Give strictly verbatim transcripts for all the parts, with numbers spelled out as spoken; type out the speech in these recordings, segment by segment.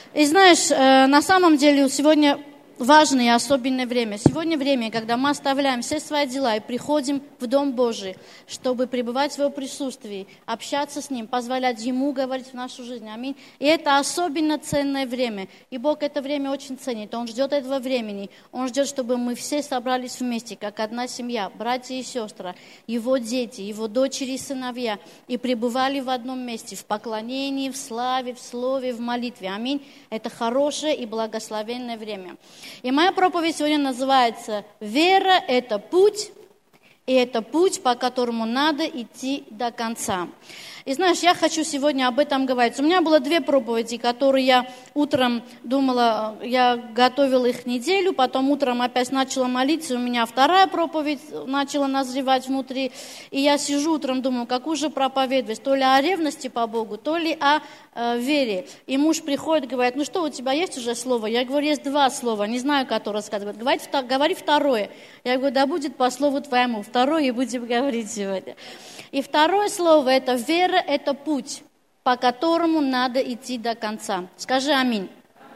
И знаешь, на самом деле сегодня важное и особенное время. Сегодня время, когда мы оставляем все свои дела и приходим в Дом Божий, чтобы пребывать в Его присутствии, общаться с Ним, позволять Ему говорить в нашу жизнь. Аминь. И это особенно ценное время. И Бог это время очень ценит. Он ждет этого времени. Он ждет, чтобы мы все собрались вместе, как одна семья, братья и сестры, Его дети, Его дочери и сыновья, и пребывали в одном месте, в поклонении, в славе, в слове, в молитве. Аминь. Это хорошее и благословенное время. И моя проповедь сегодня называется «Вера – это путь, и это путь, по которому надо идти до конца». И знаешь, я хочу сегодня об этом говорить. У меня было две проповеди, которые я утром думала, я готовила их неделю, потом утром опять начала молиться, у меня вторая проповедь начала назревать внутри. И я сижу утром, думаю, какую же проповедовать, то ли о ревности по Богу, то ли о э, вере. И муж приходит и говорит, ну что, у тебя есть уже слово? Я говорю, есть два слова, не знаю, которое сказать. Говори, говори второе. Я говорю, да будет по слову твоему. Второе и будем говорить сегодня. И второе слово – это вера, это путь, по которому надо идти до конца. Скажи аминь.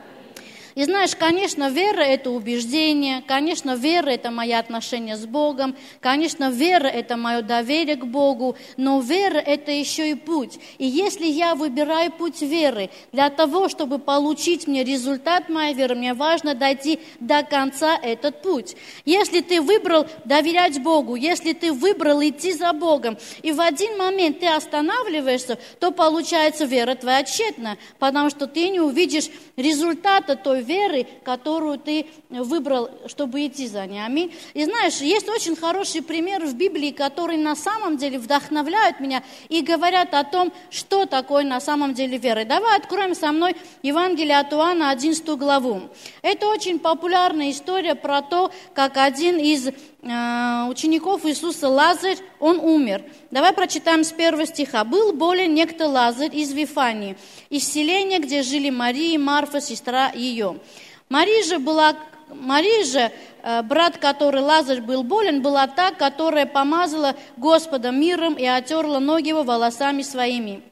И знаешь, конечно, вера – это убеждение, конечно, вера – это мои отношения с Богом, конечно, вера – это мое доверие к Богу, но вера – это еще и путь. И если я выбираю путь веры для того, чтобы получить мне результат моей веры, мне важно дойти до конца этот путь. Если ты выбрал доверять Богу, если ты выбрал идти за Богом, и в один момент ты останавливаешься, то получается вера твоя тщетна, потому что ты не увидишь результата той веры, которую ты выбрал, чтобы идти за ней. Аминь. И знаешь, есть очень хороший пример в Библии, которые на самом деле вдохновляют меня и говорят о том, что такое на самом деле вера. Давай откроем со мной Евангелие от Иоанна, одиннадцатую главу. Это очень популярная история про то, как один из э, учеников Иисуса, Лазарь, он умер. Давай прочитаем с первого стиха. «Был болен некто Лазарь из Вифании, из селения, где жили Мария и Марфа, сестра ее. Мария же, была, Мария же э, брат, который Лазарь был болен, была та, которая помазала Господа миром и отерла ноги его волосами своими.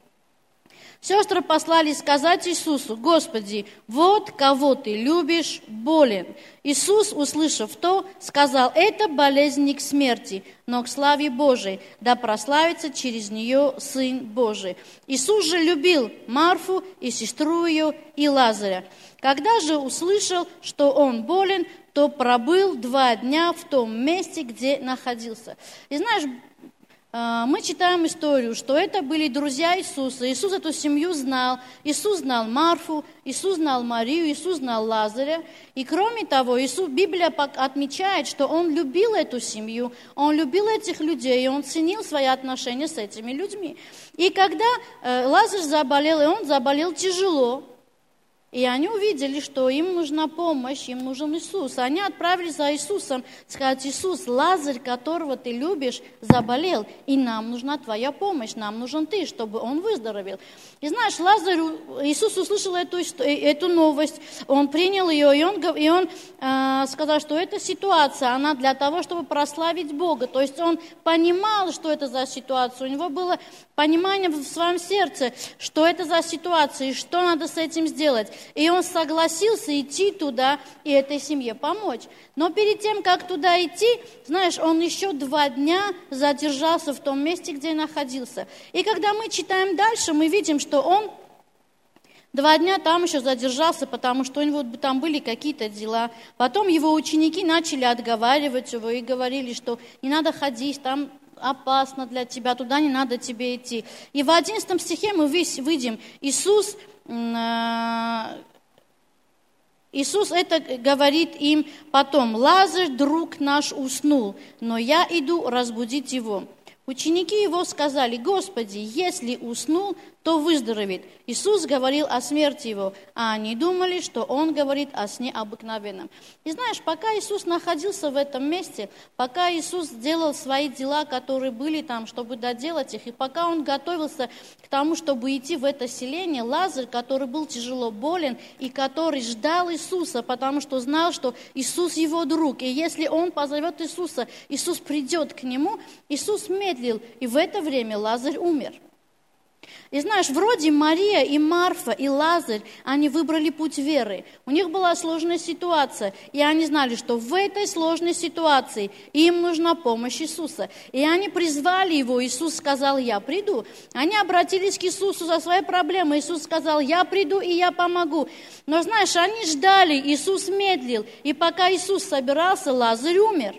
Сестры послали сказать Иисусу: Господи, вот кого ты любишь, болен. Иисус, услышав то, сказал: это болезнь не к смерти, но к славе Божией, да прославится через нее Сын Божий. Иисус же любил Марфу и сестру ее и Лазаря. Когда же услышал, что он болен, то пробыл два дня в том месте, где находился. И знаешь, мы читаем историю, что это были друзья Иисуса. Иисус эту семью знал. Иисус знал Марфу, Иисус знал Марию, Иисус знал Лазаря. И кроме того, Иисус, Библия отмечает, что Он любил эту семью, Он любил этих людей, и Он ценил свои отношения с этими людьми. И когда Лазарь заболел, и он заболел тяжело, и они увидели, что им нужна помощь, им нужен Иисус. Они отправились за Иисусом, сказать: Иисус, Лазарь, которого ты любишь, заболел, и нам нужна твоя помощь, нам нужен ты, чтобы он выздоровел. И знаешь, Лазарь, Иисус услышал эту, эту новость, он принял ее, и он, и он э, сказал, что эта ситуация, она для того, чтобы прославить Бога. То есть он понимал, что это за ситуация, у него было понимание в своем сердце, что это за ситуация, и что надо с этим сделать. И он согласился идти туда и этой семье помочь. Но перед тем, как туда идти, знаешь, он еще два дня задержался в том месте, где находился. И когда мы читаем дальше, мы видим, что он два дня там еще задержался, потому что у него там были какие-то дела. Потом его ученики начали отговаривать его и говорили, что не надо ходить, там опасно для тебя, туда не надо тебе идти. И в одиннадцатом стихе мы видим, Иисус... Иисус это говорит им потом: Лазарь, друг наш, уснул, но я иду разбудить его. Ученики его сказали: Господи, если уснул, то выздоровеет. Иисус говорил о смерти его, а они думали, что он говорит о сне обыкновенном. И знаешь, пока Иисус находился в этом месте, пока Иисус делал свои дела, которые были там, чтобы доделать их, и пока он готовился к тому, чтобы идти в это селение, Лазарь, который был тяжело болен и который ждал Иисуса, потому что знал, что Иисус его друг, и если он позовет Иисуса, Иисус придет к нему, Иисус медлил, и в это время Лазарь умер. И знаешь, вроде Мария и Марфа и Лазарь, они выбрали путь веры. У них была сложная ситуация, и они знали, что в этой сложной ситуации им нужна помощь Иисуса. И они призвали Его, Иисус сказал: «Я приду». Они обратились к Иисусу за свои проблемы, Иисус сказал: «Я приду и я помогу». Но знаешь, они ждали, Иисус медлил, и пока Иисус собирался, Лазарь умер.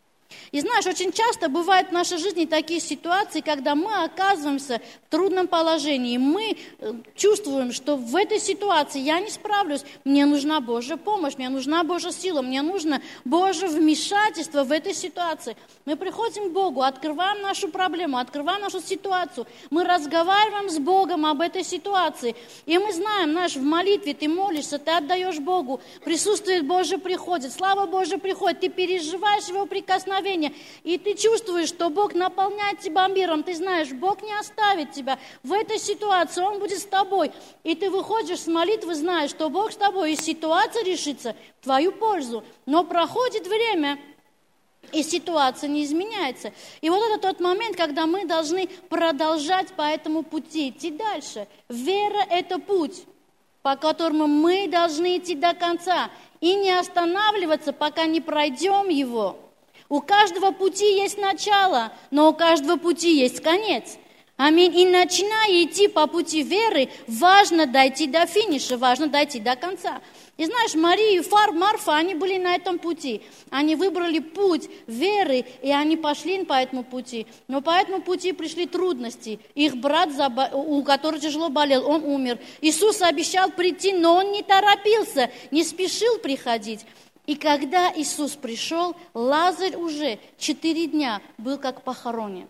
И знаешь, очень часто бывают в нашей жизни такие ситуации, когда мы оказываемся в трудном положении. Мы чувствуем, что в этой ситуации я не справлюсь. Мне нужна Божья помощь, мне нужна Божья сила, мне нужно Божье вмешательство в этой ситуации. Мы приходим к Богу, открываем нашу проблему, открываем нашу ситуацию. Мы разговариваем с Богом об этой ситуации. И мы знаем, знаешь, в молитве ты молишься, ты отдаешь Богу, присутствие Божье приходит, слава Божья приходит, ты переживаешь Его прикосновение. И ты чувствуешь, что Бог наполняет тебя миром. Ты знаешь, Бог не оставит тебя в этой ситуации, Он будет с тобой. И ты выходишь с молитвы, знаешь, что Бог с тобой, и ситуация решится в твою пользу. Но проходит время, и ситуация не изменяется. И вот это тот момент, когда мы должны продолжать по этому пути, идти дальше. Вера – это путь, по которому мы должны идти до конца. И не останавливаться, пока не пройдем его. У каждого пути есть начало, но у каждого пути есть конец. Аминь. И начиная идти по пути веры, важно дойти до финиша, важно дойти до конца. И знаешь, Мария и Фар, Марфа, они были на этом пути. Они выбрали путь веры, и они пошли по этому пути. Но по этому пути пришли трудности. Их брат, у которого тяжело болел, он умер. Иисус обещал прийти, но он не торопился, не спешил приходить. И когда Иисус пришел, Лазарь уже четыре дня был как похоронен.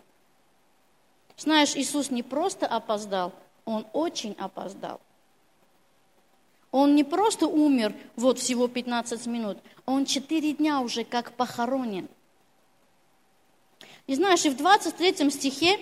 Знаешь, Иисус не просто опоздал, Он очень опоздал. Он не просто умер вот всего пятнадцать минут, Он четыре дня уже как похоронен. И знаешь, и в двадцать третьем стихе,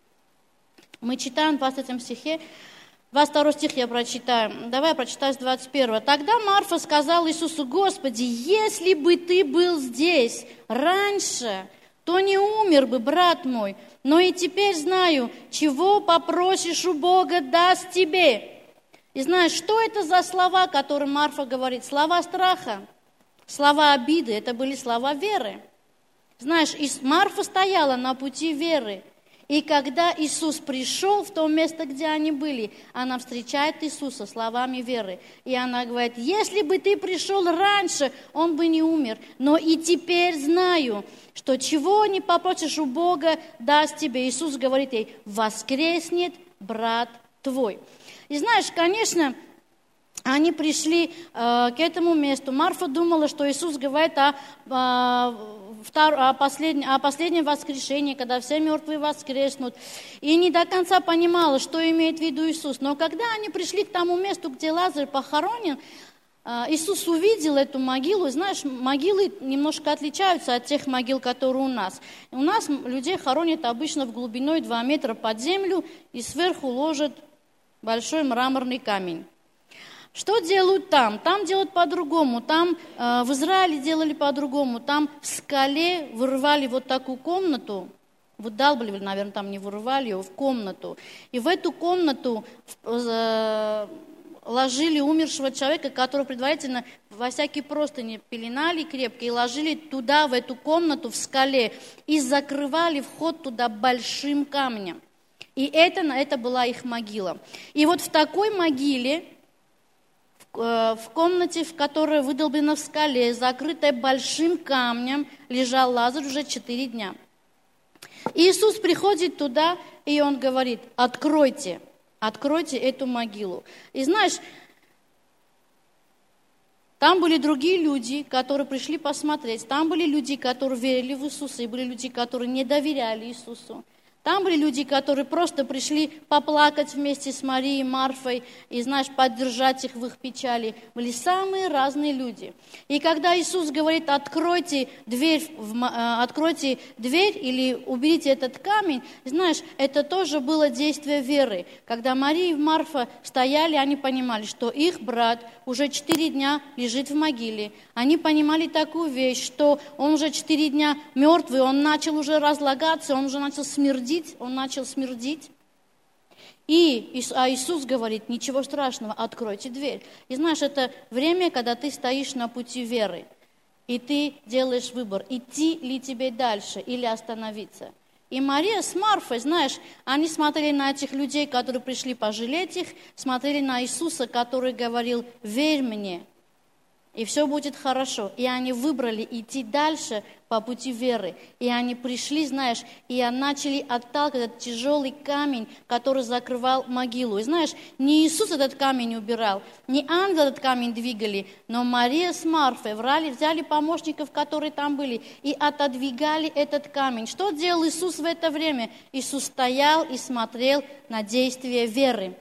мы читаем в двадцать третьем стихе, двадцать второй стих я прочитаю. Давай я прочитаю с двадцать первого. «Тогда Марфа сказала Иисусу: Господи, если бы Ты был здесь раньше, то не умер бы брат мой. Но и теперь знаю, чего попросишь у Бога, даст тебе». И знаешь, что это за слова, которые Марфа говорит? Слова страха, слова обиды, это были слова веры. Знаешь, Марфа стояла на пути веры. И когда Иисус пришел в то место, где они были, она встречает Иисуса словами веры. И она говорит: если бы ты пришел раньше, он бы не умер. Но и теперь знаю, что чего не попросишь у Бога, даст тебе. Иисус говорит ей: воскреснет брат твой. И знаешь, конечно, они пришли э, к этому месту. Марфа думала, что Иисус говорит о, о, о, последнем, о последнем воскрешении, когда все мертвые воскреснут. И не до конца понимала, что имеет в виду Иисус. Но когда они пришли к тому месту, где Лазарь похоронен, э, Иисус увидел эту могилу. И знаешь, могилы немножко отличаются от тех могил, которые у нас. У нас людей хоронят обычно в глубиной два метра под землю и сверху ложат большой мраморный камень. Что делают там? Там делают по-другому. Там э, в Израиле делали по-другому. Там в скале вырывали вот такую комнату, выдалбливали, наверное, там не вырывали ее, в комнату. И в эту комнату э, ложили умершего человека, которого предварительно во всякие простыни пеленали крепко, и ложили туда, в эту комнату, в скале, и закрывали вход туда большим камнем. И это, это была их могила. И вот в такой могиле, в комнате, в которой выдолблена в скале, закрытая большим камнем, лежал Лазарь уже четыре дня. И Иисус приходит туда, и Он говорит: откройте, откройте эту могилу. И знаешь, там были другие люди, которые пришли посмотреть. Там были люди, которые верили в Иисуса, и были люди, которые не доверяли Иисусу. Там были люди, которые просто пришли поплакать вместе с Марией и Марфой и, знаешь, поддержать их в их печали. Были самые разные люди. И когда Иисус говорит: откройте дверь, откройте дверь или уберите этот камень, знаешь, это тоже было действие веры. Когда Мария и Марфа стояли, они понимали, что их брат уже четыре дня лежит в могиле. Они понимали такую вещь, что он уже четыре дня мертвый, он начал уже разлагаться, он уже начал смердить. Он начал смердить. И, а Иисус говорит, ничего страшного, откройте дверь. И знаешь, это время, когда ты стоишь на пути веры, и ты делаешь выбор, идти ли тебе дальше или остановиться. И Мария с Марфой, знаешь, они смотрели на этих людей, которые пришли пожалеть их, смотрели на Иисуса, который говорил, верь мне, и все будет хорошо. И они выбрали идти дальше по пути веры. И они пришли, знаешь, и начали отталкивать этот тяжелый камень, который закрывал могилу. И знаешь, не Иисус этот камень убирал, не ангел этот камень двигали, но Мария с Марфой врали, взяли помощников, которые там были, и отодвигали этот камень. Что делал Иисус в это время? Иисус стоял и смотрел на действие веры,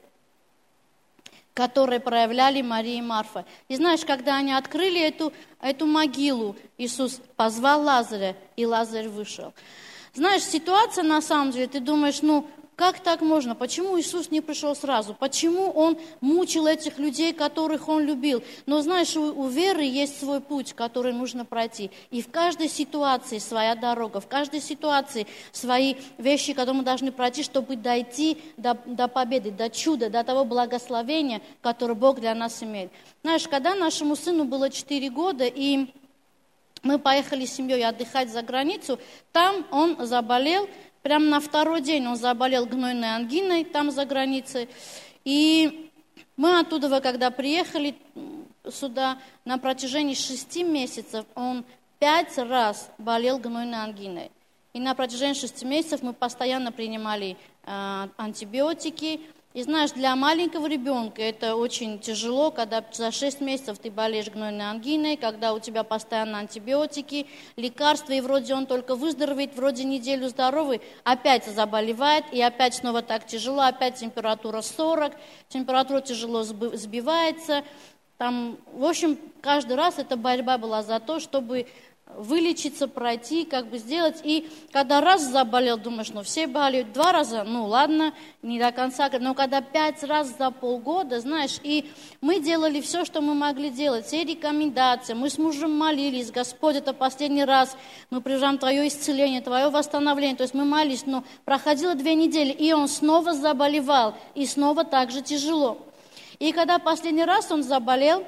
которые проявляли Мария и Марфа. И знаешь, когда они открыли эту, эту могилу, Иисус позвал Лазаря, и Лазарь вышел. Знаешь, ситуация на самом деле, ты думаешь, ну, как так можно? Почему Иисус не пришел сразу? Почему Он мучил этих людей, которых Он любил? Но знаешь, у, у веры есть свой путь, который нужно пройти. И в каждой ситуации своя дорога, в каждой ситуации свои вещи, которые мы должны пройти, чтобы дойти до, до победы, до чуда, до того благословения, которое Бог для нас имеет. Знаешь, когда нашему сыну было четыре года, и мы поехали с семьей отдыхать за границу, там он заболел. Прямо на второй день он заболел гнойной ангиной там за границей. И мы оттуда, когда приехали сюда, на протяжении шести месяцев он пять раз болел гнойной ангиной. И на протяжении шести месяцев мы постоянно принимали э, антибиотики. И знаешь, для маленького ребенка это очень тяжело, когда за шесть месяцев ты болеешь гнойной ангиной, когда у тебя постоянно антибиотики, лекарства, и вроде он только выздоровеет, вроде неделю здоровый, опять заболевает, и опять снова так тяжело, опять температура сорок, температура тяжело сбивается. Там, в общем, каждый раз эта борьба была за то, чтобы вылечиться, пройти, как бы сделать. И когда раз заболел, думаешь, ну все болеют, два раза, ну ладно, не до конца. Но когда пять раз за полгода, знаешь, и мы делали все, что мы могли делать, все рекомендации, мы с мужем молились, Господь, это последний раз, мы приезжаем Твое исцеление, Твое восстановление. То есть мы молились, но проходило две недели, и он снова заболевал, и снова так же тяжело. И когда последний раз он заболел,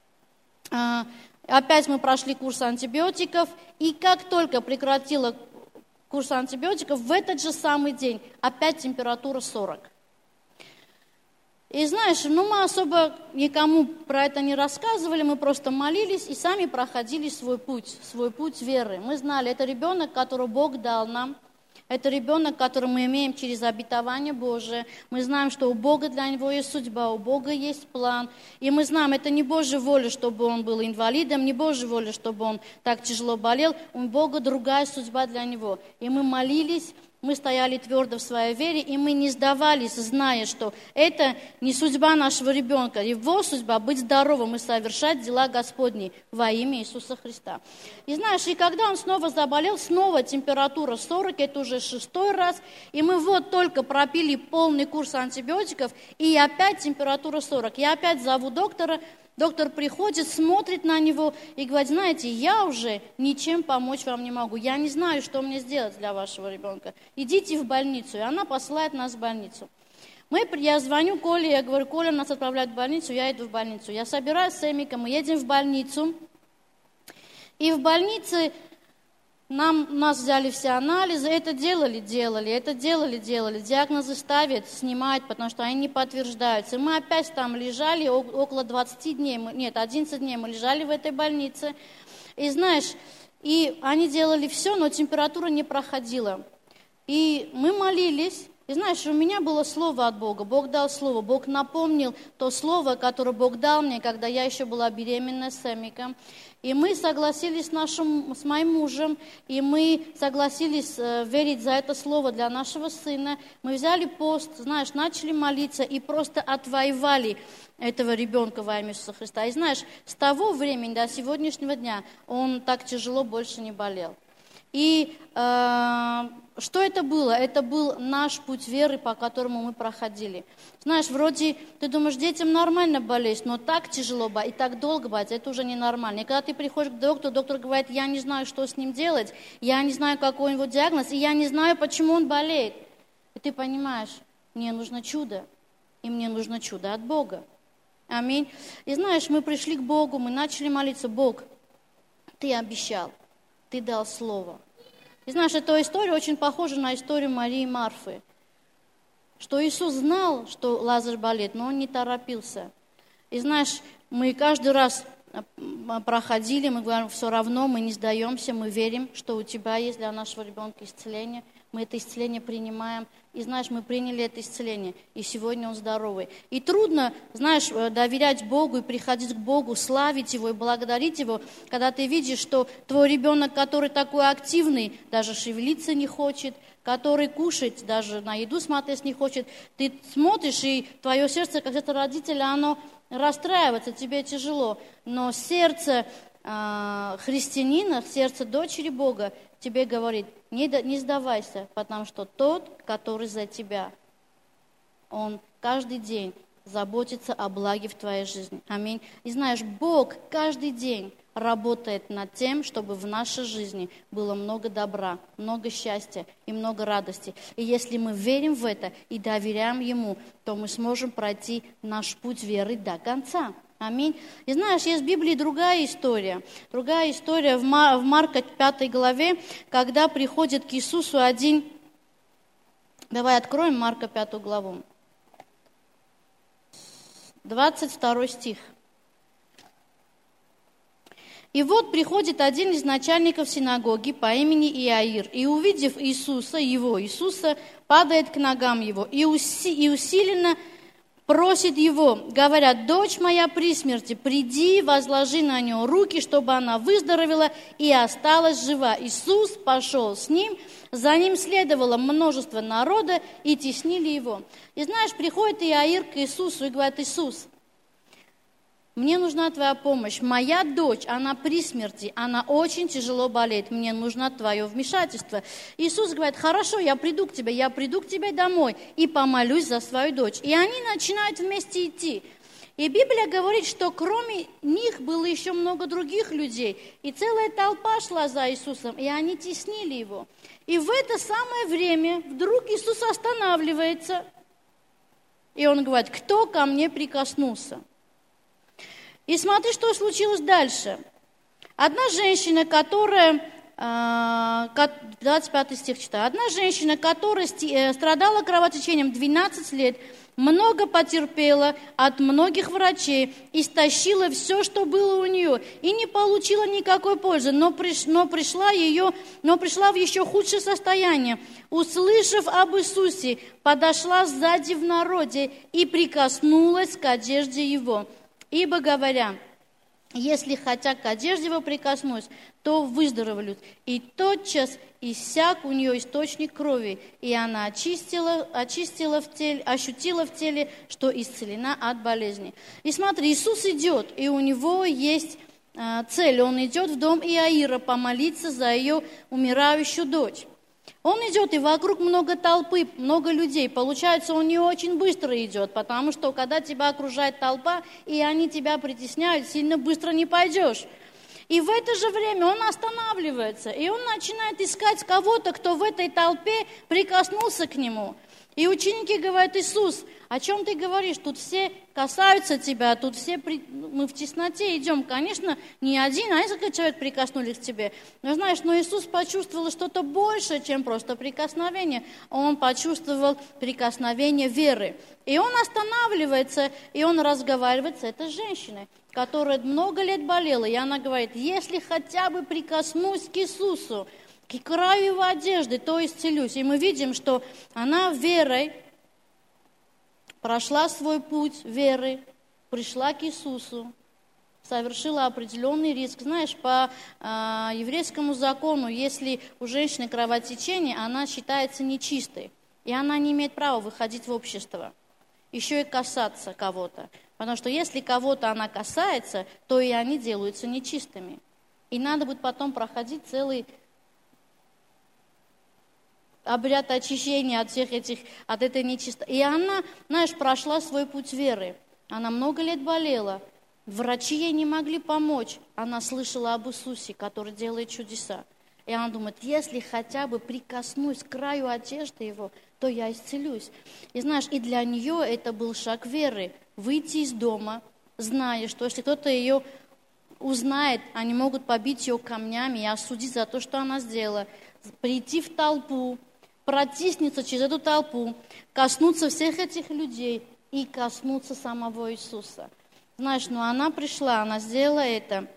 опять мы прошли курс антибиотиков, и как только прекратила курс антибиотиков, в этот же самый день опять температура сорок. И знаешь, ну мы особо никому про это не рассказывали, мы просто молились и сами проходили свой путь, свой путь веры. Мы знали, это ребенок, которого Бог дал нам. Это ребенок, который мы имеем через обетование Божие. Мы знаем, что у Бога для него есть судьба, у Бога есть план. И мы знаем, это не Божья воля, чтобы он был инвалидом, не Божья воля, чтобы он так тяжело болел. У Бога другая судьба для него. И мы молились, мы стояли твердо в своей вере, и мы не сдавались, зная, что это не судьба нашего ребенка. Его судьба быть здоровым и совершать дела Господни во имя Иисуса Христа. И знаешь, и когда он снова заболел, снова температура сорок, это уже шестой раз, и мы вот только пропили полный курс антибиотиков, и опять температура сорок. Я опять зову доктора. Доктор приходит, смотрит на него и говорит, знаете, я уже ничем помочь вам не могу. Я не знаю, что мне сделать для вашего ребенка. Идите в больницу. И она посылает нас в больницу. Мы, я звоню Коле, я говорю, Коля, нас отправляют в больницу, я иду в больницу. Я собираюсь с Эмиком, мы едем в больницу. И в больнице нам, нас взяли все анализы, это делали, делали, это делали, делали. Диагнозы ставят, снимают, потому что они не подтверждаются. И мы опять там лежали около двадцати дней, нет, одиннадцать дней мы лежали в этой больнице. И знаешь, и они делали все, но температура не проходила. И мы молились. И знаешь, у меня было слово от Бога, Бог дал слово, Бог напомнил то слово, которое Бог дал мне, когда я еще была беременна с Эмиком. И мы согласились с, нашим, с моим мужем, и мы согласились э, верить за это слово для нашего сына. Мы взяли пост, знаешь, начали молиться и просто отвоевали этого ребенка во имя Иисуса Христа. И знаешь, с того времени до сегодняшнего дня он так тяжело больше не болел. И э, что это было? Это был наш путь веры, по которому мы проходили. Знаешь, вроде ты думаешь, детям нормально болеть, но так тяжело болеть и так долго болеть, это уже ненормально. И когда ты приходишь к доктору, доктор говорит, я не знаю, что с ним делать, я не знаю, какой у него диагноз, и я не знаю, почему он болеет. И ты понимаешь, Мне нужно чудо, и мне нужно чудо от Бога. Аминь. И знаешь, мы пришли к Богу, мы начали молиться: Бог, Ты обещал, Ты дал слово. И знаешь, эта история очень похожа на историю Марии и Марфы, что Иисус знал, что Лазарь болеет, но Он не торопился. И знаешь, мы каждый раз проходили, мы говорим: все равно мы не сдаемся, мы верим, что у Тебя есть для нашего ребенка исцеление. Мы это исцеление принимаем. И знаешь, мы приняли это исцеление, и сегодня он здоровый. И трудно, знаешь, доверять Богу и приходить к Богу, славить Его и благодарить Его, когда ты видишь, что твой ребенок, который такой активный, даже шевелиться не хочет, который кушать, даже на еду смотреть не хочет, ты смотришь, и твое сердце, как это родителя, оно расстраивается, тебе тяжело. Но сердце э, христианина, сердце дочери Бога тебе говорит: не, не сдавайся, потому что тот, который за тебя, он каждый день заботится о благе в твоей жизни. Аминь. И знаешь, Бог каждый день работает над тем, чтобы в нашей жизни было много добра, много счастья и много радости. И если мы верим в это и доверяем Ему, то мы сможем пройти наш путь веры до конца. Аминь. И знаешь, есть в Библии другая история. Другая история в Марка пятой главе, когда приходит к Иисусу один... Давай откроем Марка пятую главу. двадцать второй стих. «И вот приходит один из начальников синагоги по имени Иаир, и, увидев Иисуса, его, Иисуса, падает к ногам его, и, уси, и усиленно просит его, говоря: дочь моя при смерти, приди, возложи на нее руки, чтобы она выздоровела и осталась жива. Иисус пошел с ним, за ним следовало множество народа, и теснили его». И знаешь, приходит Иаир к Иисусу и говорит: Иисус, мне нужна твоя помощь. Моя дочь, она при смерти, она очень тяжело болеет. Мне нужно твое вмешательство. Иисус говорит: хорошо, я приду к тебе, я приду к тебе домой и помолюсь за свою дочь. И они начинают вместе идти. И Библия говорит, что кроме них было еще много других людей. И целая толпа шла за Иисусом, и они теснили его. И в это самое время вдруг Иисус останавливается. И он говорит: кто ко мне прикоснулся? И смотри, что случилось дальше. Одна женщина, которая, двадцать пятый стих читаю, одна женщина, которая страдала кровотечением двенадцать лет, много потерпела от многих врачей, истощила все, что было у нее, и не получила никакой пользы, но, приш, но, пришла, ее, но пришла в еще худшее состояние. Услышав об Иисусе, подошла сзади в народе и прикоснулась к одежде Его. Ибо говоря: если хотя к одежде Его прикоснусь, то выздоровлю. И тотчас иссяк у нее источник крови, и она очистила, очистила в теле, ощутила в теле, что исцелена от болезни. И смотри, Иисус идет, и у Него есть э, цель. Он идет в дом Иаира помолиться за ее умирающую дочь. Он идет, и вокруг много толпы, много людей. Получается, он не очень быстро идет, потому что, когда тебя окружает толпа, и они тебя притесняют, сильно быстро не пойдешь. И в это же время он останавливается, и он начинает искать кого-то, кто в этой толпе прикоснулся к нему. И ученики говорят: Иисус, о чем ты говоришь? Тут все касаются тебя, тут все при... мы в тесноте идем. Конечно, не один, а несколько человек прикоснулись к тебе. Но знаешь, но Иисус почувствовал что-то большее, чем просто прикосновение. Он почувствовал прикосновение веры. И он останавливается, и он разговаривает с этой женщиной, которая много лет болела. И она говорит: если хотя бы прикоснусь к Иисусу, к краю Его одежды, то исцелюсь. И мы видим, что она верой прошла свой путь веры, пришла к Иисусу, совершила определенный риск. Знаешь, по э, еврейскому закону, если у женщины кровотечение, она считается нечистой, и она не имеет права выходить в общество, еще и касаться кого-то. Потому что если кого-то она касается, то и они делаются нечистыми. И надо будет потом проходить целый обряд очищения от всех этих, от этой нечистоты. И она, знаешь, прошла свой путь веры. Она много лет болела. Врачи ей не могли помочь. Она слышала об Иисусе, который делает чудеса. И она думает: если хотя бы прикоснусь к краю одежды Его, то я исцелюсь. И знаешь, и для нее это был шаг веры. Выйти из дома, зная, что если кто-то ее узнает, они могут побить ее камнями и осудить за то, что она сделала. Прийти в толпу, протиснуться через эту толпу, коснуться всех этих людей и коснуться самого Иисуса. Знаешь, ну она пришла, она сделала это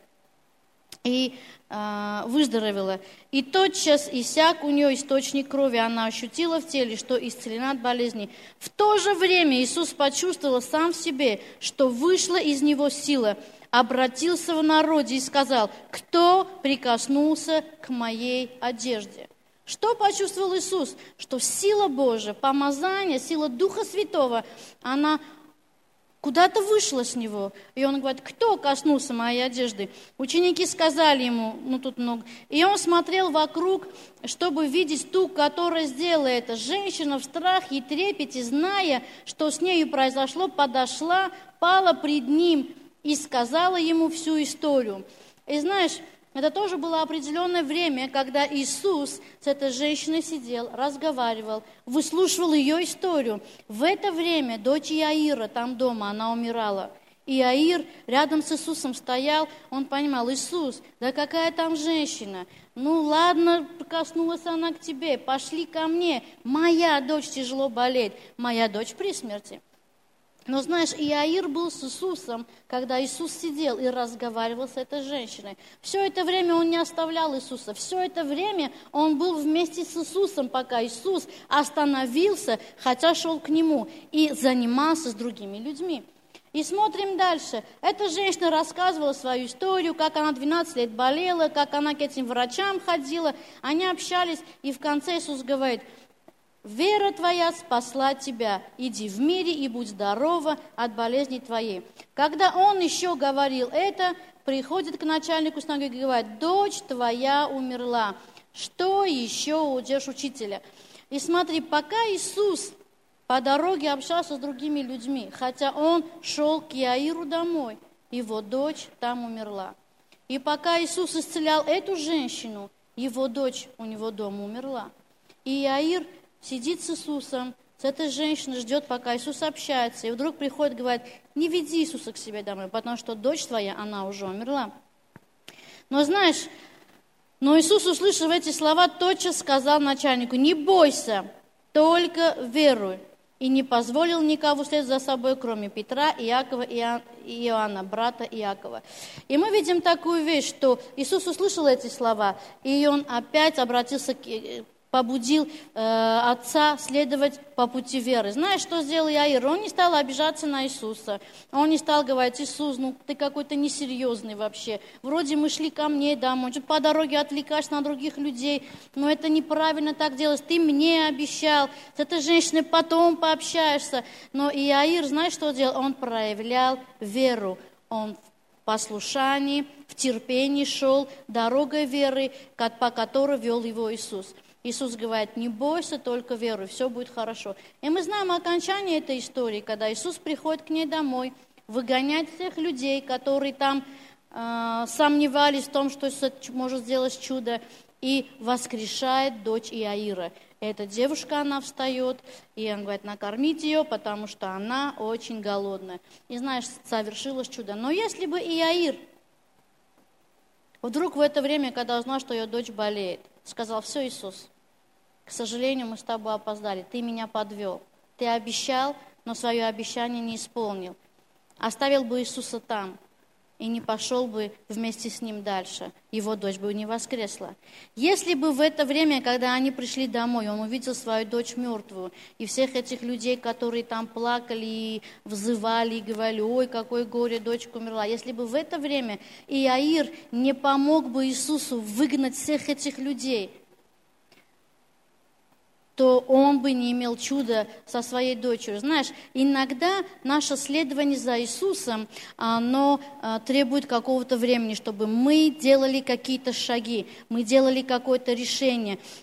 и э, выздоровела. И тотчас иссяк у нее источник крови, она ощутила в теле, что исцелена от болезни. В то же время Иисус почувствовал сам в себе, что вышла из него сила, обратился в народе и сказал: кто прикоснулся к моей одежде? Что почувствовал Иисус? Что сила Божия, помазание, сила Духа Святого, она куда-то вышла с него. И он говорит: кто коснулся моей одежды? Ученики сказали ему, ну тут много. И он смотрел вокруг, чтобы видеть ту, которая сделала это. Женщина в страхе и трепете, зная, что с нею произошло, подошла, пала пред ним и сказала ему всю историю. И знаешь, это тоже было определенное время, когда Иисус с этой женщиной сидел, разговаривал, выслушивал ее историю. В это время дочь Иаира там дома, она умирала. И Иаир рядом с Иисусом стоял, он понимал: Иисус, да какая там женщина? Ну ладно, прикоснулась она к тебе, пошли ко мне. Моя дочь тяжело болеет, моя дочь при смерти. Но знаешь, Иаир был с Иисусом, когда Иисус сидел и разговаривал с этой женщиной. Все это время он не оставлял Иисуса. Все это время он был вместе с Иисусом, пока Иисус остановился, хотя шел к нему, и занимался с другими людьми. И смотрим дальше. Эта женщина рассказывала свою историю, как она двенадцать лет болела, как она к этим врачам ходила. Они общались, и в конце Иисус говорит: вера твоя спасла тебя, иди в мире и будь здорова от болезни твоей. Когда он еще говорил это, приходит к начальнику синагоги и говорит: дочь твоя умерла, что еще удержишь учителя? И смотри, пока Иисус по дороге общался с другими людьми, хотя он шел к Иаиру домой, его дочь там умерла. И пока Иисус исцелял эту женщину, его дочь у него дома умерла. И Иаир сидит с Иисусом, с этой женщиной, ждет, пока Иисус общается. И вдруг приходит и говорит: не веди Иисуса к себе домой, потому что дочь твоя, она уже умерла. Но знаешь, но Иисус, услышав эти слова, тотчас сказал начальнику: не бойся, только веруй. И не позволил никого следовать за собой, кроме Петра, Иакова и Иоанна, брата Иакова. И мы видим такую вещь, что Иисус услышал эти слова, и он опять обратился к побудил э, отца следовать по пути веры. Знаешь, что сделал Иаир? Он не стал обижаться на Иисуса. Он не стал говорить: Иисус, ну ты какой-то несерьезный вообще. Вроде мы шли ко мне домой, что по дороге отвлекаешься на других людей. Но это неправильно так делать. Ты мне обещал. С этой женщиной потом пообщаешься. Но Иаир, знаешь, что делал? Он проявлял веру. Он в послушании, в терпении шел дорогой веры, по которой вел его Иисус. Иисус говорит: не бойся, только веруй, все будет хорошо. И мы знаем окончание этой истории, когда Иисус приходит к ней домой, выгоняет всех людей, которые там э, сомневались в том, что Иисус может сделать чудо, и воскрешает дочь Иаира. Эта девушка, она встает, и он говорит: накормите ее, потому что она очень голодная. И знаешь, совершилось чудо. Но если бы Иаир вдруг в это время, когда узнал, что ее дочь болеет, сказал: все, Иисус, к сожалению, мы с тобой опоздали, ты меня подвел. Ты обещал, но свое обещание не исполнил. Оставил бы Иисуса там и не пошел бы вместе с ним дальше. Его дочь бы не воскресла. Если бы в это время, когда они пришли домой, он увидел свою дочь мертвую, и всех этих людей, которые там плакали и взывали, и говорили: ой, какое горе, дочка умерла. Если бы в это время Иаир не помог бы Иисусу выгнать всех этих людей, то он бы не имел чуда со своей дочерью. Знаешь, иногда наше следование за Иисусом, оно требует какого-то времени, чтобы мы делали какие-то шаги, мы делали какое-то решение.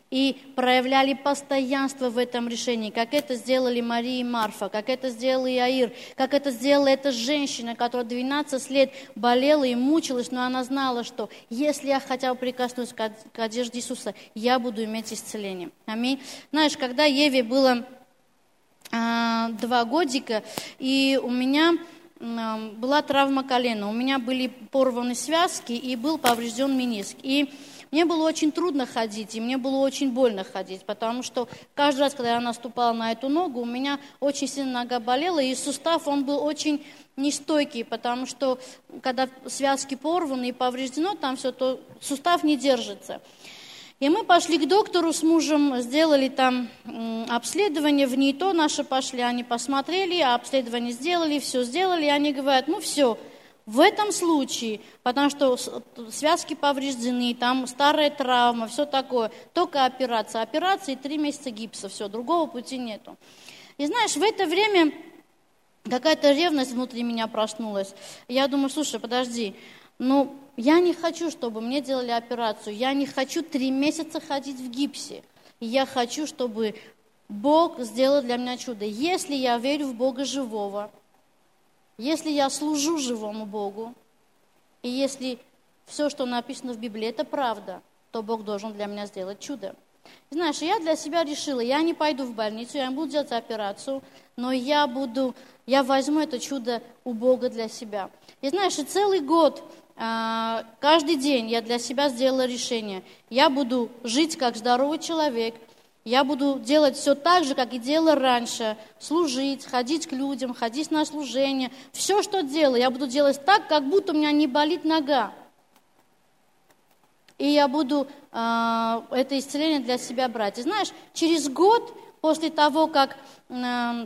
и проявляли постоянство в этом решении, как это сделали Мария и Марфа, как это сделал Иаир, как это сделала эта женщина, которая двенадцать лет болела и мучилась, но она знала, что если я хотя бы прикоснусь к одежде Иисуса, я буду иметь исцеление. Аминь. Знаешь, когда Еве было а, два годика, и у меня а, была травма колена, у меня были порваны связки и был поврежден мениск. И мне было очень трудно ходить, и мне было очень больно ходить, потому что каждый раз, когда я наступала на эту ногу, у меня очень сильно нога болела, и сустав, он был очень нестойкий, потому что когда связки порваны и повреждено, там все, то сустав не держится. И мы пошли к доктору с мужем, сделали там обследование, в НИИТО наши пошли, они посмотрели, обследование сделали, все сделали, и они говорят, ну все, в этом случае, потому что связки повреждены, там старая травма, все такое, только операция. Операция и три месяца гипса, все, другого пути нету. И знаешь, в это время какая-то ревность внутри меня проснулась. Я думаю, слушай, подожди, ну я не хочу, чтобы мне делали операцию, я не хочу три месяца ходить в гипсе. Я хочу, чтобы Бог сделал для меня чудо. Если я верю в Бога живого, если я служу живому Богу, и если все, что написано в Библии, это правда, то Бог должен для меня сделать чудо. Знаешь, я для себя решила, я не пойду в больницу, я не буду делать операцию, но я буду, я возьму это чудо у Бога для себя. И знаешь, и целый год, каждый день я для себя сделала решение, я буду жить как здоровый человек, я буду делать все так же, как и делала раньше, служить, ходить к людям, ходить на служение. Все, что делаю, я буду делать так, как будто у меня не болит нога. И я буду э, это исцеление для себя брать. И знаешь, через год после того, как э,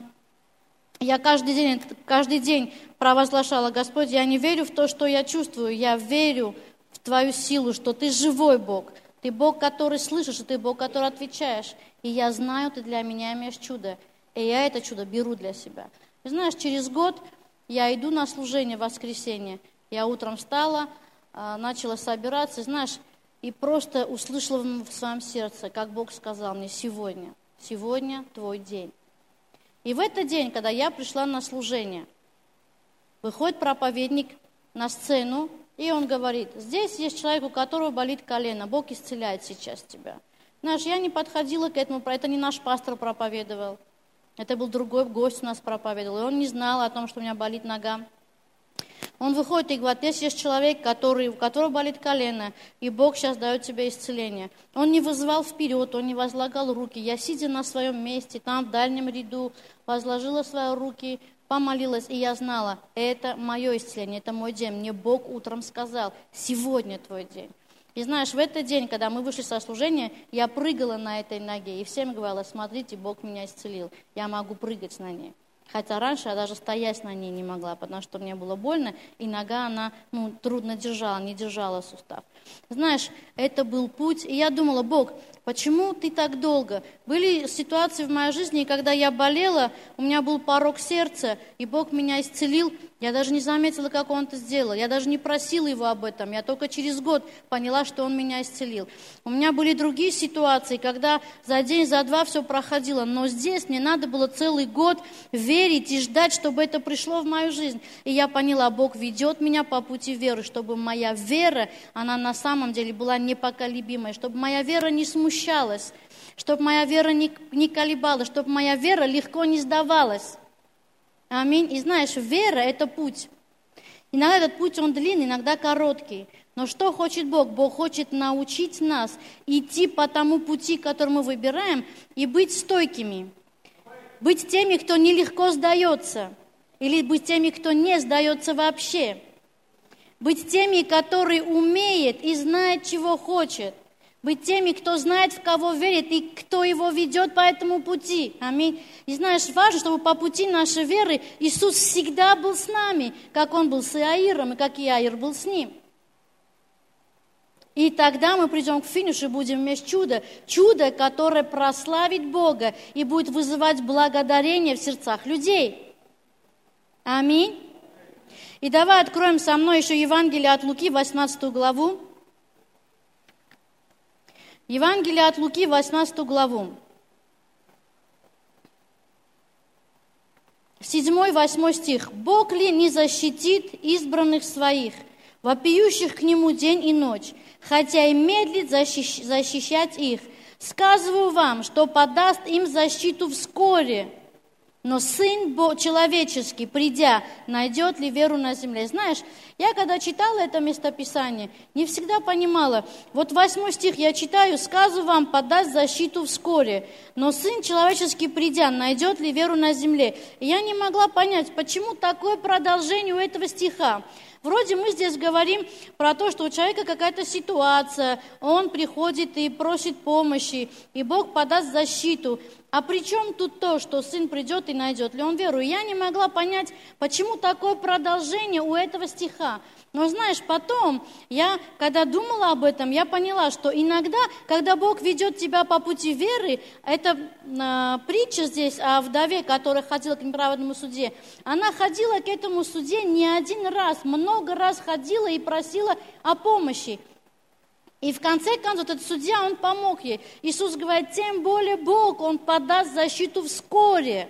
я каждый день, каждый день провозглашала, Господь, я не верю в то, что я чувствую, я верю в Твою силу, что Ты живой Бог. Ты Бог, который слышишь, и Ты Бог, который отвечаешь. И я знаю, Ты для меня имеешь чудо. И я это чудо беру для себя. И знаешь, через год я иду на служение в воскресенье. Я утром встала, начала собираться, знаешь, и просто услышала в своем сердце, как Бог сказал мне, сегодня, сегодня твой день. И в этот день, когда я пришла на служение, выходит проповедник на сцену, и он говорит, здесь есть человек, у которого болит колено, Бог исцеляет сейчас тебя. Знаешь, я не подходила к этому, это не наш пастор проповедовал, это был другой гость у нас проповедовал, и он не знал о том, что у меня болит нога. Он выходит и говорит, здесь есть человек, который, у которого болит колено, и Бог сейчас дает тебе исцеление. Он не вызывал вперед, он не возлагал руки. Я, сидя на своем месте, там в дальнем ряду, возложила свои руки, помолилась, и я знала, это мое исцеление, это мой день. Мне Бог утром сказал, сегодня твой день. И знаешь, в этот день, когда мы вышли со служения, я прыгала на этой ноге, и всем говорила, смотрите, Бог меня исцелил, я могу прыгать на ней. Хотя раньше я даже стоять на ней не могла, потому что мне было больно, и нога, она ну, трудно держала, не держала сустав. Знаешь, это был путь, и я думала, Бог, почему ты так долго? Были ситуации в моей жизни, когда я болела, у меня был порок сердца, и Бог меня исцелил, я даже не заметила, как Он это сделал, я даже не просила Его об этом, я только через год поняла, что Он меня исцелил. У меня были другие ситуации, когда за день, за два все проходило, но здесь мне надо было целый год верить и ждать, чтобы это пришло в мою жизнь. И я поняла, Бог ведет меня по пути веры, чтобы моя вера, она на самом деле была непоколебимой, чтобы моя вера не смущалась, чтобы моя вера не, не колебалась, чтобы моя вера легко не сдавалась. Аминь. И знаешь, вера – это путь. Иногда этот путь, он длинный, иногда короткий. Но что хочет Бог? Бог хочет научить нас идти по тому пути, который мы выбираем, и быть стойкими. Быть теми, кто нелегко сдается. Или быть теми, кто не сдается вообще. Быть теми, которые умеет и знает, чего хочет. Быть теми, кто знает, в кого верит и кто его ведет по этому пути. Аминь. И знаешь, важно, чтобы по пути нашей веры Иисус всегда был с нами, как Он был с Иаиром и как Иаир был с ним. И тогда мы придем к финишу и будем иметь чудо. Чудо, которое прославит Бога и будет вызывать благодарение в сердцах людей. Аминь. И давай откроем со мной еще Евангелие от Луки, восемнадцатую главу. Евангелие от Луки, восемнадцатую главу. седьмой, восьмой стих. «Бог ли не защитит избранных своих, вопиющих к Нему день и ночь, хотя и медлит защищ- защищать их? Сказываю вам, что подаст им защиту вскоре. Но Сын Человеческий, придя, найдет ли веру на земле?» Знаешь, я когда читала это местописание, не всегда понимала. Вот восьмой стих я читаю: «Сказываю вам, подаст защиту вскоре. Но Сын Человеческий, придя, найдет ли веру на земле?» И я не могла понять, почему такое продолжение у этого стиха. Вроде мы здесь говорим про то, что у человека какая-то ситуация, он приходит и просит помощи, и Бог подаст защиту. А при чем тут то, что сын придет и найдет ли он веру? И я не могла понять, почему такое продолжение у этого стиха. Но знаешь, потом, я, когда думала об этом, я поняла, что иногда, когда Бог ведет тебя по пути веры, эта э, притча здесь о вдове, которая ходила к неправедному судье, она ходила к этому судье не один раз, много раз ходила и просила о помощи. И в конце концов, этот судья, он помог ей. Иисус говорит, тем более Бог, Он подаст защиту вскоре.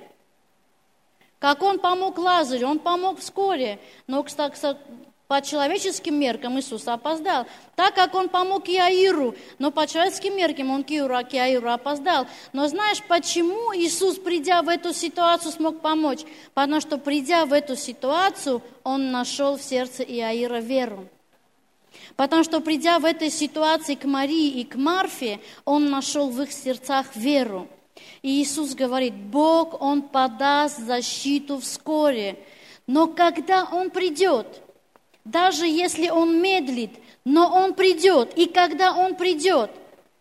Как Он помог Лазарю, Он помог вскоре. Но, кстати, по человеческим меркам Иисус опоздал. Так как Он помог Иаиру, но по человеческим меркам Он к Иаиру опоздал. Но знаешь, почему Иисус, придя в эту ситуацию, смог помочь? Потому что, придя в эту ситуацию, Он нашел в сердце Иаира веру. Потому что, придя в этой ситуации к Марии и к Марфе, Он нашел в их сердцах веру. И Иисус говорит, Бог, Он подаст защиту вскоре. Но когда Он придет, даже если Он медлит, но Он придет. И когда Он придет,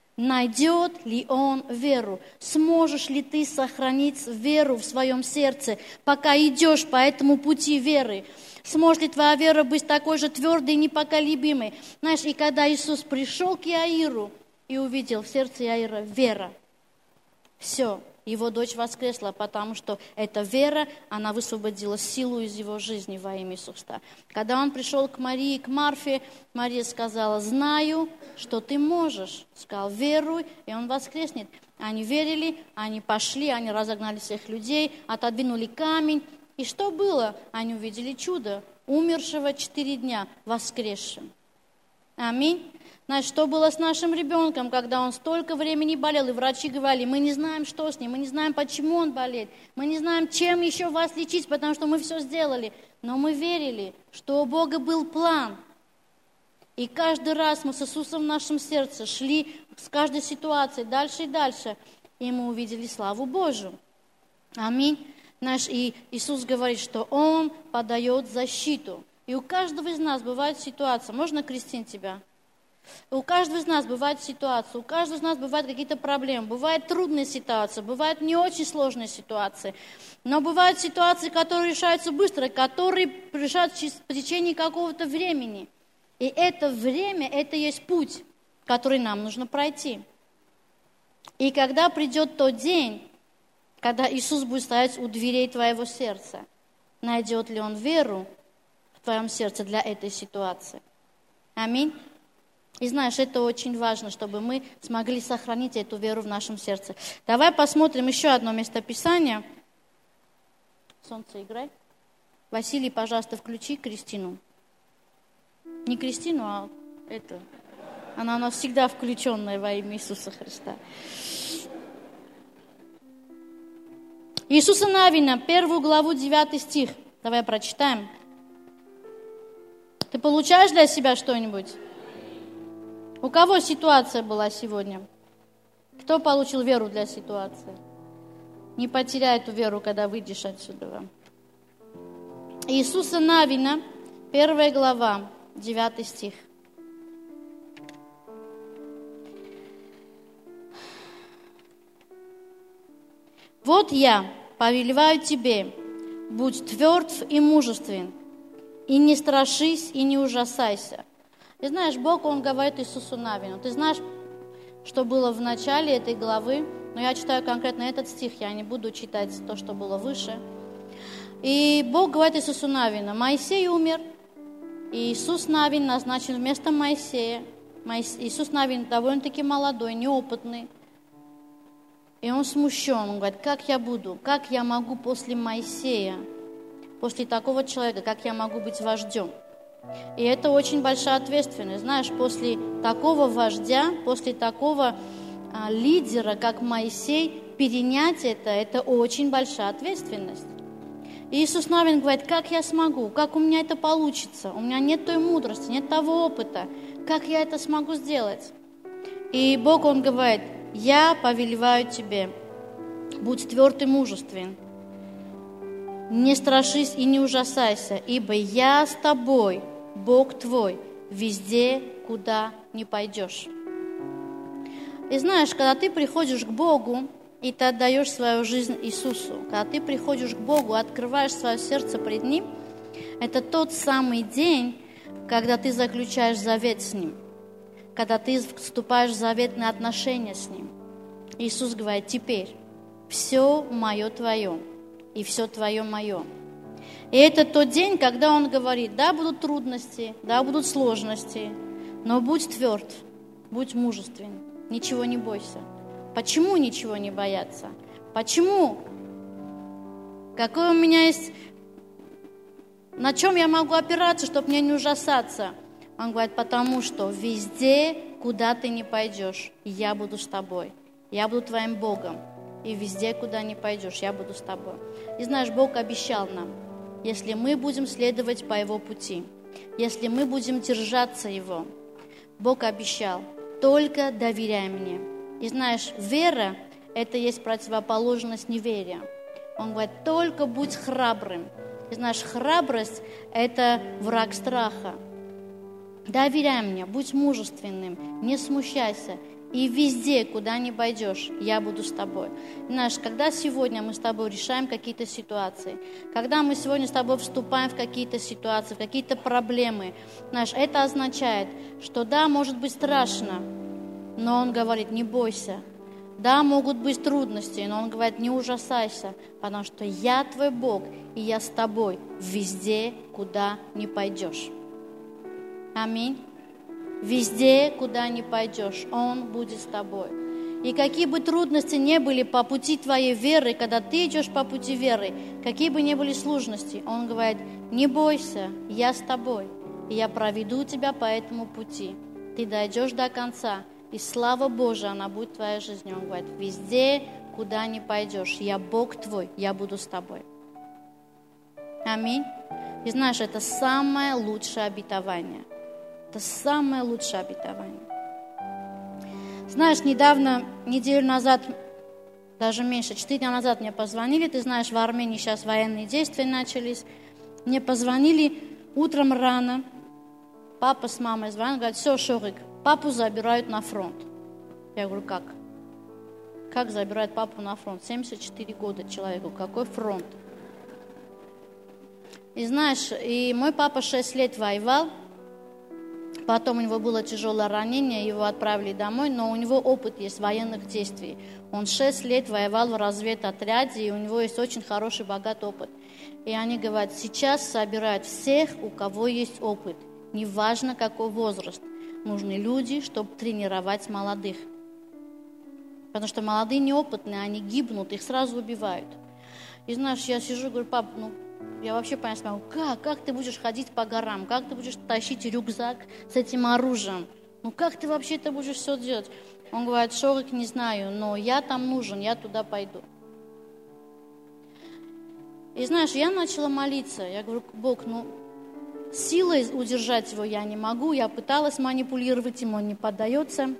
найдет ли Он веру? Сможешь ли ты сохранить веру в своем сердце, пока идешь по этому пути веры? Сможет ли твоя вера быть такой же твердой и непоколебимой? Знаешь, и когда Иисус пришел к Иаиру и увидел в сердце Иаира вера, все, его дочь воскресла, потому что эта вера, она высвободила силу из его жизни во имя Иисуса. Когда он пришел к Марии, к Марфе, Мария сказала, знаю, что ты можешь. Сказал, веруй, и он воскреснет. Они верили, они пошли, они разогнали всех людей, отодвинули камень. И что было? Они увидели чудо, умершего четыре дня, воскресшим. Аминь. Знаешь, что было с нашим ребенком, когда он столько времени болел, и врачи говорили, мы не знаем, что с ним, мы не знаем, почему он болеет, мы не знаем, чем еще вас лечить, потому что мы все сделали. Но мы верили, что у Бога был план. И каждый раз мы с Иисусом в нашем сердце шли с каждой ситуацией дальше и дальше, и мы увидели славу Божию. Аминь. Наш, и Иисус говорит, что Он подает защиту. И у каждого из нас бывает ситуация. Можно, Кристин, тебя? У каждого из нас бывает ситуация, у каждого из нас бывают какие-то проблемы, бывают трудные ситуации, бывают не очень сложные ситуации. Но бывают ситуации, которые решаются быстро, которые решаются в течение какого-то времени. И это время, это есть путь, который нам нужно пройти. И когда придет тот день, когда Иисус будет стоять у дверей твоего сердца, найдет ли Он веру в твоем сердце для этой ситуации? Аминь. И знаешь, это очень важно, чтобы мы смогли сохранить эту веру в нашем сердце. Давай посмотрим еще одно местописание. Солнце, играй. Василий, пожалуйста, включи Кристину. Не Кристину, а это. Она у нас всегда включенная во имя Иисуса Христа. Иисуса Навина, первую главу, девятый стих. Давай прочитаем. Ты получаешь для себя что-нибудь? У кого ситуация была сегодня? Кто получил веру для ситуации? Не потеряй эту веру, когда выйдешь отсюда. Иисуса Навина, первая глава, девятый стих. Вот я повелеваю тебе, будь тверд и мужествен, и не страшись, и не ужасайся. Ты знаешь, Бог, Он говорит Иисусу Навину. Ты знаешь, что было в начале этой главы, но я читаю конкретно этот стих, я не буду читать то, что было выше. И Бог говорит Иисусу Навину, Моисей умер, и Иисус Навин назначен вместо Моисея, Иисус Навин довольно-таки молодой, неопытный. И он смущен. Он говорит, как я буду, как я могу после Моисея, после такого человека, как я могу быть вождем? И это очень большая ответственность. Знаешь, после такого вождя, после такого а, лидера, как Моисей, перенять это, это очень большая ответственность. И Иисус Навин говорит, как я смогу, как у меня это получится? У меня нет той мудрости, нет того опыта. Как я это смогу сделать? И Бог, Он говорит, я повелеваю тебе, будь тверд и мужествен, не страшись и не ужасайся, ибо я с тобой, Бог твой, везде, куда не пойдешь. И знаешь, когда ты приходишь к Богу, и ты отдаешь свою жизнь Иисусу, когда ты приходишь к Богу, открываешь свое сердце пред Ним, это тот самый день, когда ты заключаешь завет с Ним, когда ты вступаешь в заветные отношения с Ним. Иисус говорит, теперь все мое твое, и все твое мое. И это тот день, когда Он говорит, да, будут трудности, да, будут сложности, но будь тверд, будь мужествен, ничего не бойся. Почему ничего не бояться? Почему? Какой у меня есть... На чем я могу опираться, чтобы мне не ужасаться? Он говорит, потому что везде, куда ты не пойдешь, я буду с тобой. Я буду твоим Богом. И везде, куда не пойдешь, я буду с тобой. И знаешь, Бог обещал нам, если мы будем следовать по Его пути, если мы будем держаться Его, Бог обещал, только доверяй мне. И знаешь, вера – это есть противоположность неверия. Он говорит, только будь храбрым. И знаешь, храбрость – это враг страха. Доверяй мне, будь мужественным, не смущайся. И везде, куда ни пойдешь, я буду с тобой. И знаешь, когда сегодня мы с тобой решаем какие-то ситуации, когда мы сегодня с тобой вступаем в какие-то ситуации, в какие-то проблемы, знаешь, это означает, что да, может быть страшно, но Он говорит, не бойся. Да, могут быть трудности, но Он говорит, не ужасайся, потому что я твой Бог, и я с тобой везде, куда ни пойдешь. Аминь. Везде, куда ни пойдешь, Он будет с тобой. И какие бы трудности ни были по пути твоей веры, когда ты идешь по пути веры, какие бы ни были сложности, Он говорит, не бойся, я с тобой, и я проведу тебя по этому пути. Ты дойдешь до конца, и слава Божия, она будет в твоей жизни. Он говорит, везде, куда ни пойдешь, я Бог твой, я буду с тобой. Аминь. И знаешь, это самое лучшее обетование. Это самое лучшее обетование. Знаешь, недавно, неделю назад, даже меньше, четыре дня назад мне позвонили. Ты знаешь, в Армении сейчас военные действия начались. Мне позвонили утром рано. Папа с мамой звонят, говорят, все, Шорик, папу забирают на фронт. Я говорю, как? Как забирают папу на фронт? семьдесят четыре года человеку. Какой фронт? И знаешь, и мой папа шесть лет воевал. Потом у него было тяжелое ранение, его отправили домой, но у него опыт есть военных действий. Он шесть лет воевал в разведотряде, и у него есть очень хороший, богатый опыт. И они говорят, сейчас собирают всех, у кого есть опыт. Неважно, какой возраст. Нужны люди, чтобы тренировать молодых. Потому что молодые неопытные, они гибнут, их сразу убивают. И знаешь, я сижу и говорю, пап, ну, я вообще понять не могу, как? Как ты будешь ходить по горам? Как ты будешь тащить рюкзак с этим оружием? Ну, как ты вообще это будешь все делать? Он говорит, Шорик, не знаю, но я там нужен, я туда пойду. И знаешь, я начала молиться. Я говорю, Бог, ну, силой удержать его я не могу. Я пыталась манипулировать им, он не поддается.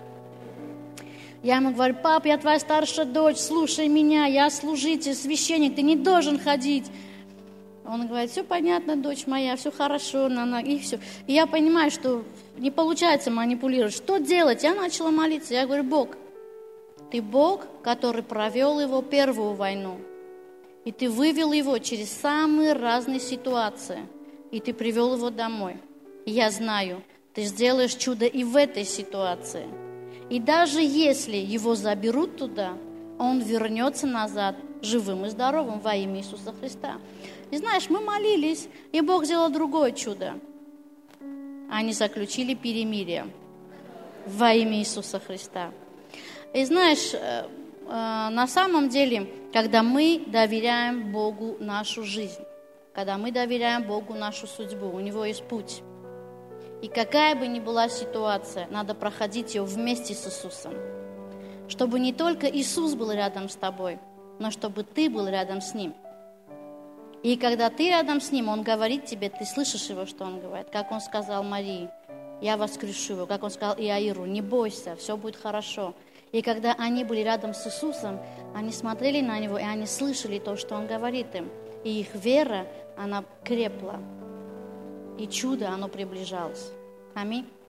Я ему говорю, пап, я твоя старшая дочь, слушай меня, я служитель, священник, ты не должен ходить. Он говорит, все понятно, дочь моя, все хорошо, и все. И я понимаю, что не получается манипулировать. Что делать? Я начала молиться. Я говорю, Бог, ты Бог, который провел его первую войну. И ты вывел его через самые разные ситуации. И ты привел его домой. И я знаю, ты сделаешь чудо и в этой ситуации. И даже если его заберут туда, он вернется назад живым и здоровым во имя Иисуса Христа. И знаешь, мы молились, и Бог сделал другое чудо. Они заключили перемирие. во имя Иисуса Христа. И знаешь, э, э, на самом деле, когда мы доверяем Богу нашу жизнь, когда мы доверяем Богу нашу судьбу, у Него есть путь. И какая бы ни была ситуация, надо проходить ее вместе с Иисусом. Чтобы не только Иисус был рядом с тобой, но чтобы ты был рядом с Ним. И когда ты рядом с Ним, Он говорит тебе, ты слышишь Его, что Он говорит. Как Он сказал Марии, я воскрешу его. Как Он сказал Иаиру, не бойся, все будет хорошо. И когда они были рядом с Иисусом, они смотрели на Него, и они слышали то, что Он говорит им. И их вера, она крепла. И чудо, оно приближалось. Аминь.